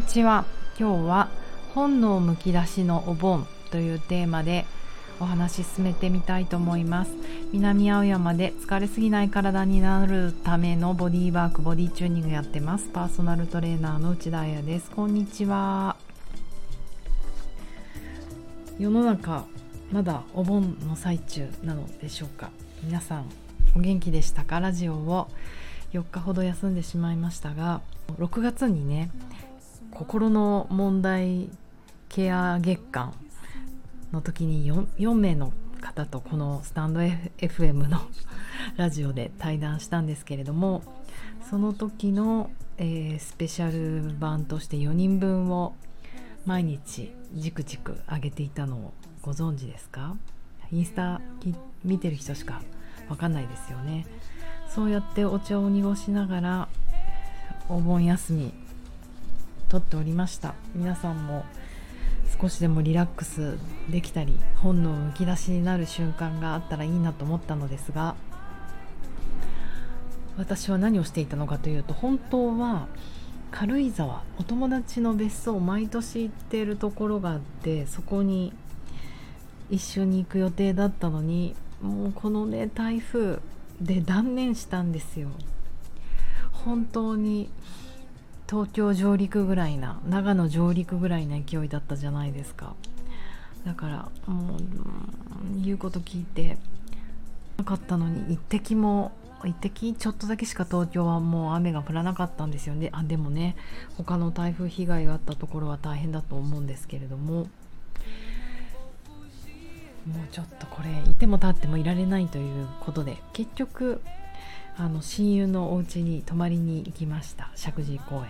ちは。今日は本能むき出しのお盆というテーマでお話進めてみたいと思います。南青山で疲れすぎない体になるためのボディーワーク、ボディチューニングやってます。パーソナルトレーナーの内田彩です。こんにちは。世の中まだお盆の最中なのでしょうか。皆さんお元気でしたか？ラジオを4日ほど休んでしまいましたが、6月にね、心の問題ケア月間の時に 4名の方とこのスタンド FM のラジオで対談したんですけれども、その時の、スペシャル版として4人分を毎日じくじく上げていたのをご存知ですか？インスタ見てる人しかわかんないですよね。そうやってお茶を濁しながらお盆休み撮っておりました。皆さんも少しでもリラックスできたり、本能むき出しになる瞬間があったらいいなと思ったのですが、私は何をしていたのかというと、本当は軽井沢、お友達の別荘を毎年行っているところがあって、そこに一緒に行く予定だったのに、もうこのね、台風で断念したんですよ。本当に東京上陸ぐらいな、長野上陸ぐらいな勢いだったじゃないですか。だからもう言うこと聞いてなかったのに、一滴ちょっとだけしか東京はもう雨が降らなかったんですよね。でもね、他の台風被害があったところは大変だと思うんですけれども、もうちょっとこれいても立ってもいられないということで、結局親友のお家に泊まりに行きました。石神井公園。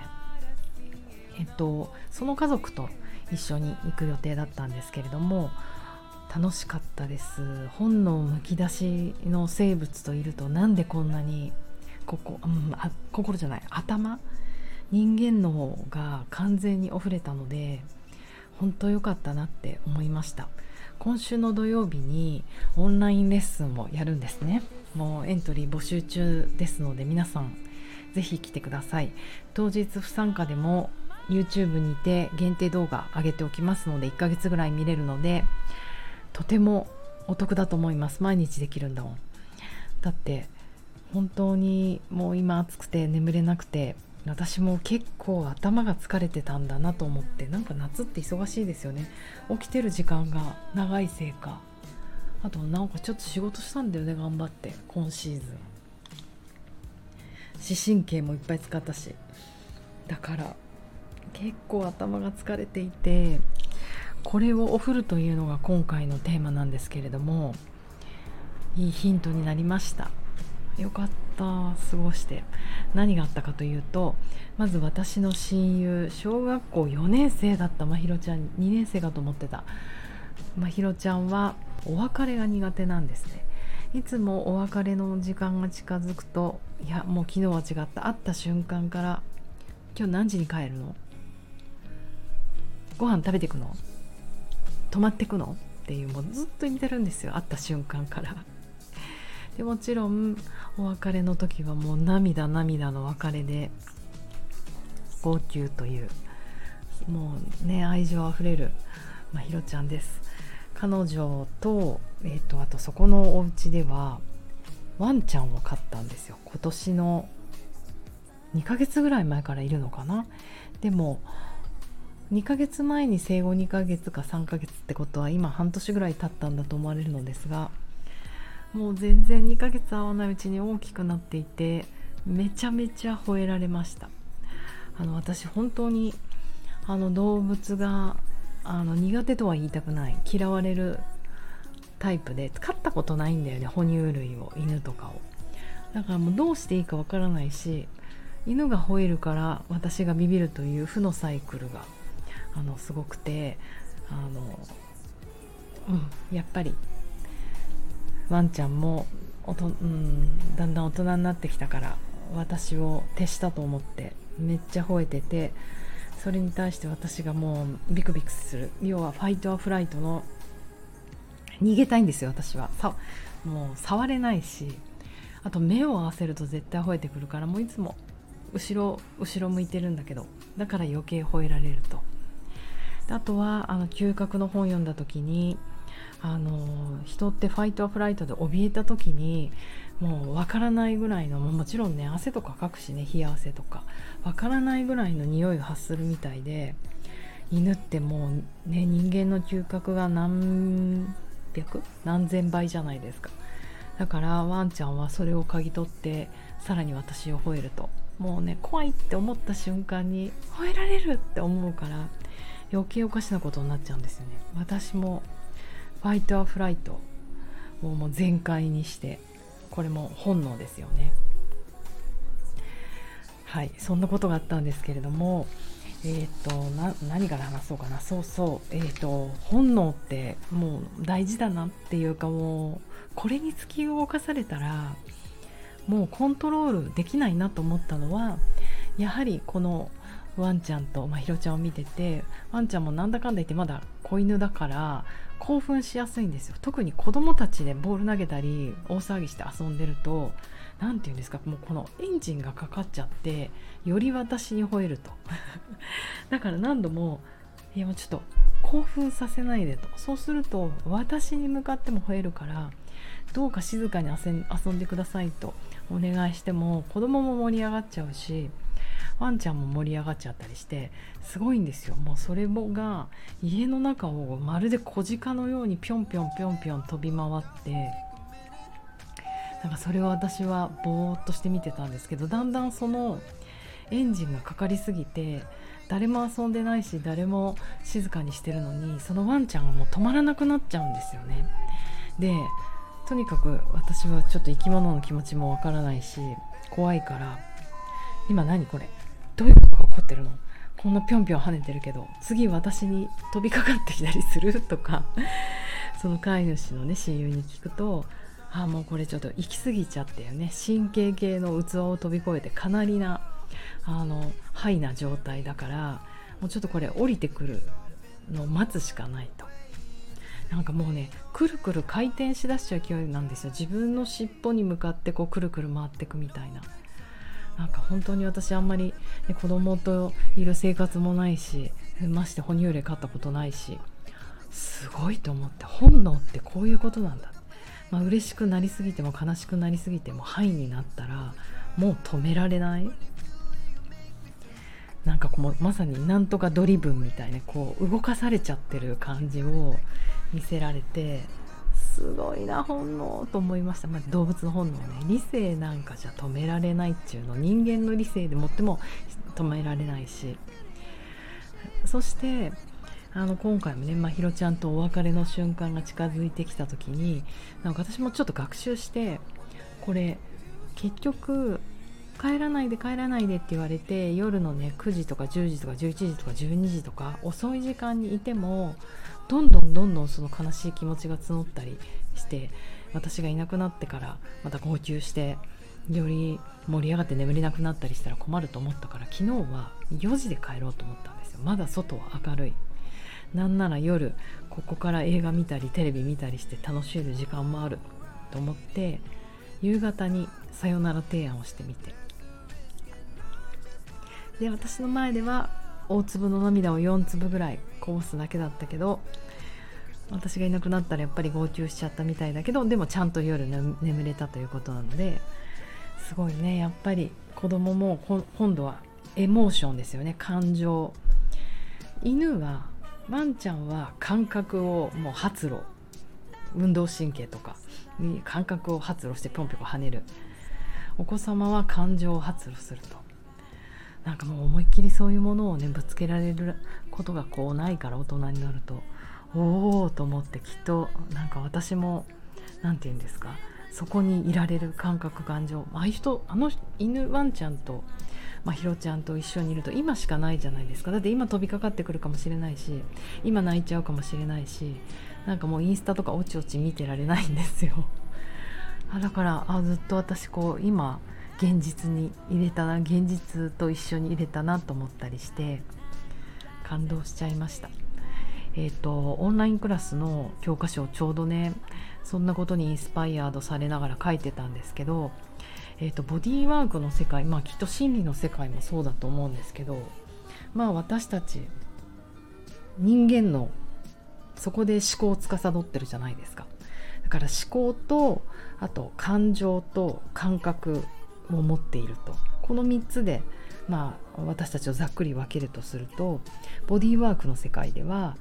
その家族と一緒に行く予定だったんですけれども、楽しかったです。本能むき出しの生物といると、なんでこんなに心じゃない、頭、人間の方が完全に溢れたので、本当良かったなって思いました。今週の土曜日にオンラインレッスンをやるんですね。もうエントリー募集中ですので、皆さんぜひ来てください。当日不参加でも YouTube にて限定動画上げておきますので、1ヶ月ぐらい見れるので、とてもお得だと思います。毎日できるんだもん。だって本当にもう今暑くて眠れなくて、私も結構頭が疲れてたんだなと思って、なんか夏って忙しいですよね。起きてる時間が長いせいか、あとなんかちょっと仕事したんだよね、頑張って。今シーズン視神経もいっぱい使ったし、だから結構頭が疲れていて、これをお風呂というのが今回のテーマなんですけれども、いいヒントになりました。よかった。過ごして何があったかというと、まず私の親友、小学校4年生だったまひろちゃん、2年生かと思ってたまひろちゃんはお別れが苦手なんですね。いつもお別れの時間が近づくと、いやもう昨日は違った、会った瞬間から、今日何時に帰るの、ご飯食べてくの、泊まってくのっていう、もうずっと言ってるんですよ、会った瞬間からでもちろんお別れの時はもう涙の別れで号泣という、もうね、愛情あふれるまひろちゃんです。彼女と、あとそこのお家ではワンちゃんを飼ったんですよ。今年の2ヶ月ぐらい前からいるのかな。でも2ヶ月前に生後2ヶ月か3ヶ月ってことは、今半年ぐらい経ったんだと思われるのですが、もう全然2ヶ月会わないうちに大きくなっていて、めちゃめちゃ吠えられました。私本当に動物が苦手とは言いたくない、嫌われるタイプで、飼ったことないんだよね、哺乳類を、犬とかを。だからもうどうしていいかわからないし、犬が吠えるから私がビビるという負のサイクルがすごくて、やっぱりワンちゃんもだんだん大人になってきたから、私を手下と思ってめっちゃ吠えてて、それに対して私がもうビクビクする。要はファイトアフライトの、逃げたいんですよ私は。もう触れないし、あと目を合わせると絶対吠えてくるから、もういつも後ろ向いてるんだけど、だから余計吠えられると。であとは嗅覚の本読んだ時に人ってファイトアフライトで怯えた時にもうわからないぐらいの、もちろんね汗とかかくしね、冷や汗とかわからないぐらいの匂いを発するみたいで、犬ってもうね人間の嗅覚が何千倍じゃないですか。だからワンちゃんはそれを嗅ぎ取ってさらに私を吠えると、もうね怖いって思った瞬間に吠えられるって思うから余計おかしなことになっちゃうんですよね。私もファイトアフライトをもう全開にして、これも本能ですよね。はい、そんなことがあったんですけれども、何から話そうかな。本能ってもう大事だなっていうか、もうこれに突き動かされたらもうコントロールできないなと思ったのは、やはりこのワンちゃんとひろちゃんを見てて、ワンちゃんもなんだかんだ言ってまだ子犬だから興奮しやすいんですよ。特に子供たちでボール投げたり大騒ぎして遊んでると、なんていうんですか、もうこのエンジンがかかっちゃってより私に吠えるとだから何度ももうちょっと興奮させないでと。そうすると私に向かっても吠えるから、どうか静かに遊んでくださいとお願いしても子供も盛り上がっちゃうし、ワンちゃんも盛り上がっちゃったりしてすごいんですよ。もうそれが家の中をまるで小鹿のようにぴょんぴょんぴょんぴょん飛び回って、なんかそれを私はぼーっとして見てたんですけど、だんだんそのエンジンがかかりすぎて誰も遊んでないし誰も静かにしてるのに、そのワンちゃんがもう止まらなくなっちゃうんですよね。でとにかく私はちょっと生き物の気持ちもわからないし怖いから、今何これ、どういうことが起こってるの、こんなぴょんぴょん跳ねてるけど次私に飛びかかってきたりするとかその飼い主のね親友に聞くと、もうこれちょっと行き過ぎちゃってよね、神経系の器を飛び越えてかなりなハイな状態だから、もうちょっとこれ降りてくるのを待つしかないと。なんかもうねくるくる回転しだしちゃう勢いなんですよ。自分の尻尾に向かってこうくるくる回ってくみたいな。なんか本当に私あんまり、ね、子供といる生活もないし、まして哺乳類飼ったことないし、すごいと思って、本能ってこういうことなんだ。嬉しくなりすぎても悲しくなりすぎてもハイになったらもう止められない。なんかこうまさになんとかドリブンみたいな、こう動かされちゃってる感じを見せられて、すごいな本能と思いました。動物の本能ね、理性なんかじゃ止められないっていうの、人間の理性でもっても止められないし、そして今回もね、ひろちゃんとお別れの瞬間が近づいてきた時に、なんか私もちょっと学習して、これ結局帰らないでって言われて夜のね9時とか10時とか11時とか12時とか遅い時間にいてもどんどんその悲しい気持ちが募ったりして、私がいなくなってからまた号泣してより盛り上がって眠れなくなったりしたら困ると思ったから、昨日は4時で帰ろうと思ったんですよ。まだ外は明るい、なんなら夜ここから映画見たりテレビ見たりして楽しめる時間もあると思って、夕方にさよなら提案をしてみて、で私の前では大粒の涙を4粒ぐらいこぼすだけだったけど、私がいなくなったらやっぱり号泣しちゃったみたいだけど、でもちゃんと夜眠れたということなので、すごいね。やっぱり子供も今度はエモーションですよね、感情。犬はワンちゃんは感覚をもう発露、運動神経とかに感覚を発露してぴょんぴょん跳ねる。お子様は感情を発露すると、なんかもう思いっきりそういうものをねぶつけられることがこうないから、大人になるとおーと思って、きっとなんか私もなんて言うんですか、そこにいられる感覚感情、犬ワンちゃんとひろちゃんと一緒にいると今しかないじゃないですか。だって今飛びかかってくるかもしれないし、今泣いちゃうかもしれないし、なんかもうインスタとかおちおち見てられないんですよ。だからずっと私こう今現実に入れたな、現実と一緒に入れたなと思ったりして感動しちゃいました。オンラインクラスの教科書をちょうどねそんなことにインスパイアードされながら書いてたんですけど、 ボディーワークの世界、きっと心理の世界もそうだと思うんですけど、私たち人間のそこで思考を司ってるじゃないですか。だから思考とあと感情と感覚を持っていると、この3つで私たちをざっくり分けるとすると、ボディーワークの世界では、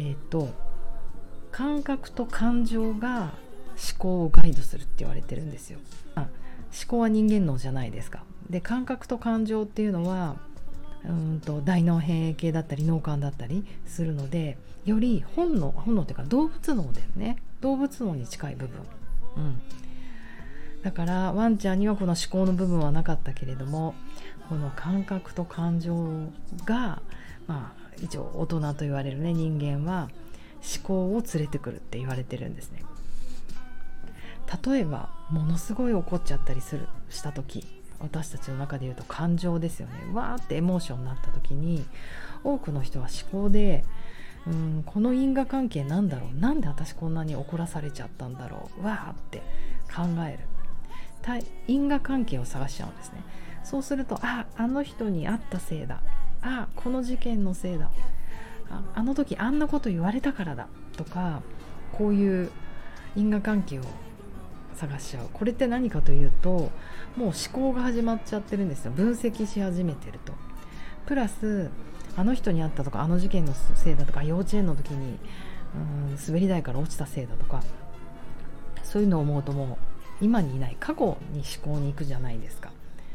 感覚と感情が思考をガイドするって言われてるんですよ。思考は人間脳じゃないですか。で、感覚と感情っていうのは大脳辺縁系だったり脳幹だったりするので、より本能っていうか動物脳だよね。動物脳に近い部分、だからワンちゃんにはこの思考の部分はなかったけれども、この感覚と感情が、一応大人と言われるね、人間は思考を連れてくるって言われてるんですね。例えばものすごい怒っちゃったりした時、私たちの中で言うと感情ですよね。わーってエモーションになった時に、多くの人は思考でこの因果関係なんだろう、なんで私こんなに怒らされちゃったんだろう、わーって考える。因果関係を探しちゃうんですね。そうすると、あの人に会ったせいだ、この事件のせいだ、あの時あんなこと言われたからだとか、こういう因果関係を探しちゃう。これって何かというと、もう思考が始まっちゃってるんですよ。分析し始めてると。プラスあの人に会ったとか、あの事件のせいだとか、幼稚園の時に滑り台から落ちたせいだとか、そういうのを思うと、もう今にいない過去に思考に行くじゃないですか。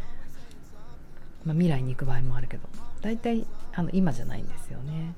未来に行く場合もあるけど、だいたい今じゃないんですよね。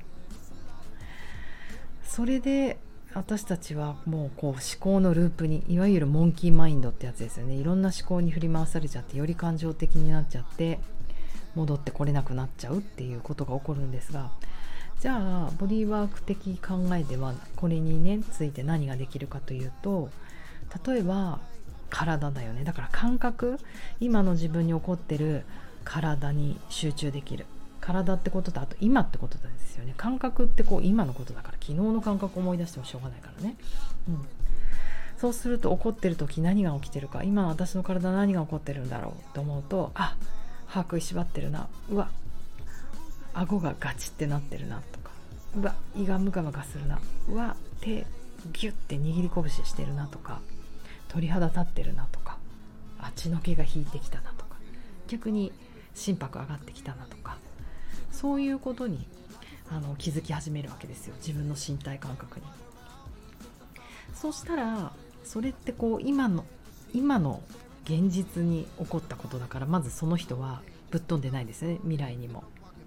それで私たちはもう思考のループに、いわゆるモンキーマインドってやつですよね。いろんな思考に振り回されちゃって、より感情的になっちゃって戻ってこれなくなっちゃうっていうことが起こるんですが、じゃあボディーワーク的考えではこれにねついて何ができるかというと、例えば体だよね。だから感覚、今の自分に起こってる体に集中できる。体ってことと、あと今ってことなんですよね。感覚って今のことだから、昨日の感覚を思い出してもしょうがないからね、そうすると、起こってる時何が起きてるか、今私の体何が起こってるんだろうと思うと、歯食いしばってるな、うわ顎がガチってなってるなとか、うわ胃がムカムカするな、うわ手ギュッて握り拳してるなとか、鳥肌立ってるなとか、血の気が引いてきたなとか、逆に心拍上がってきたなとか、そういうことに気づき始めるわけですよ、自分の身体感覚に。そうしたら、それって今の現実に起こったことだから、まずその人はぶっ飛んでないですね。未来にも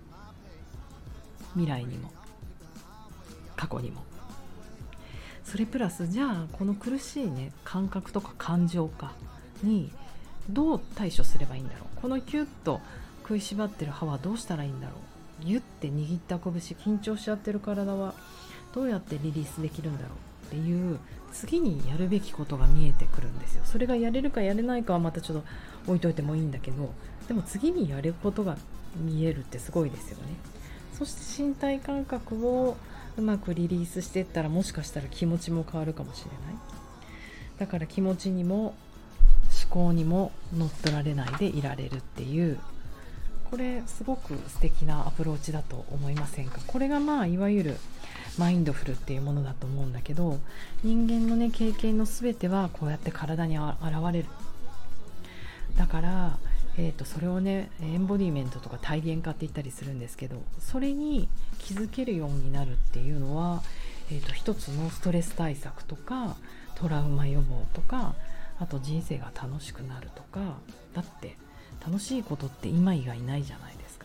過去にも。それプラス、じゃあこの苦しいね感覚とか感情にどう対処すればいいんだろう。このキュッと食いしばってる歯はどうしたらいいんだろう。ギュッて握った拳、緊張しちゃってる体はどうやってリリースできるんだろうっていう、次にやるべきことが見えてくるんですよ。それがやれるかやれないかはまたちょっと置いといてもいいんだけど、でも次にやることが見えるってすごいですよね。そして身体感覚をうまくリリースしていったら、もしかしたら気持ちも変わるかもしれない。だから気持ちにも思考にも乗っ取られないでいられるっていう、これすごく素敵なアプローチだと思いませんか。これがいわゆるマインドフルっていうものだと思うんだけど、人間のね経験のすべてはこうやって体に現れる。だからそれをねエンボディメントとか体現化って言ったりするんですけど、それに気づけるようになるっていうのは、一つのストレス対策とかトラウマ予防とか、あと人生が楽しくなるとか。だって楽しいことって今以外ないじゃないですか。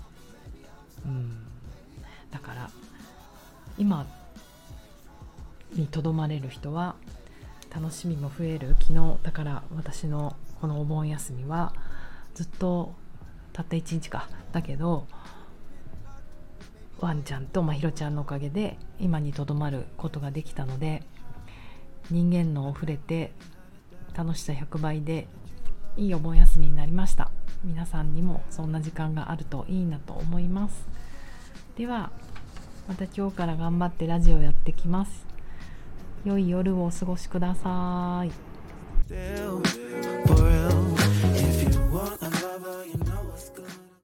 だから今にとどまれる人は楽しみも増える。昨日だから私のこのお盆休みはずっとたった1日だけど、ワンちゃんとまひろちゃんのおかげで今にとどまることができたので、人間の触れて楽しさ100倍でいいお盆休みになりました。皆さんにもそんな時間があるといいなと思います。ではまた今日から頑張ってラジオやってきます。良い夜をお過ごしください。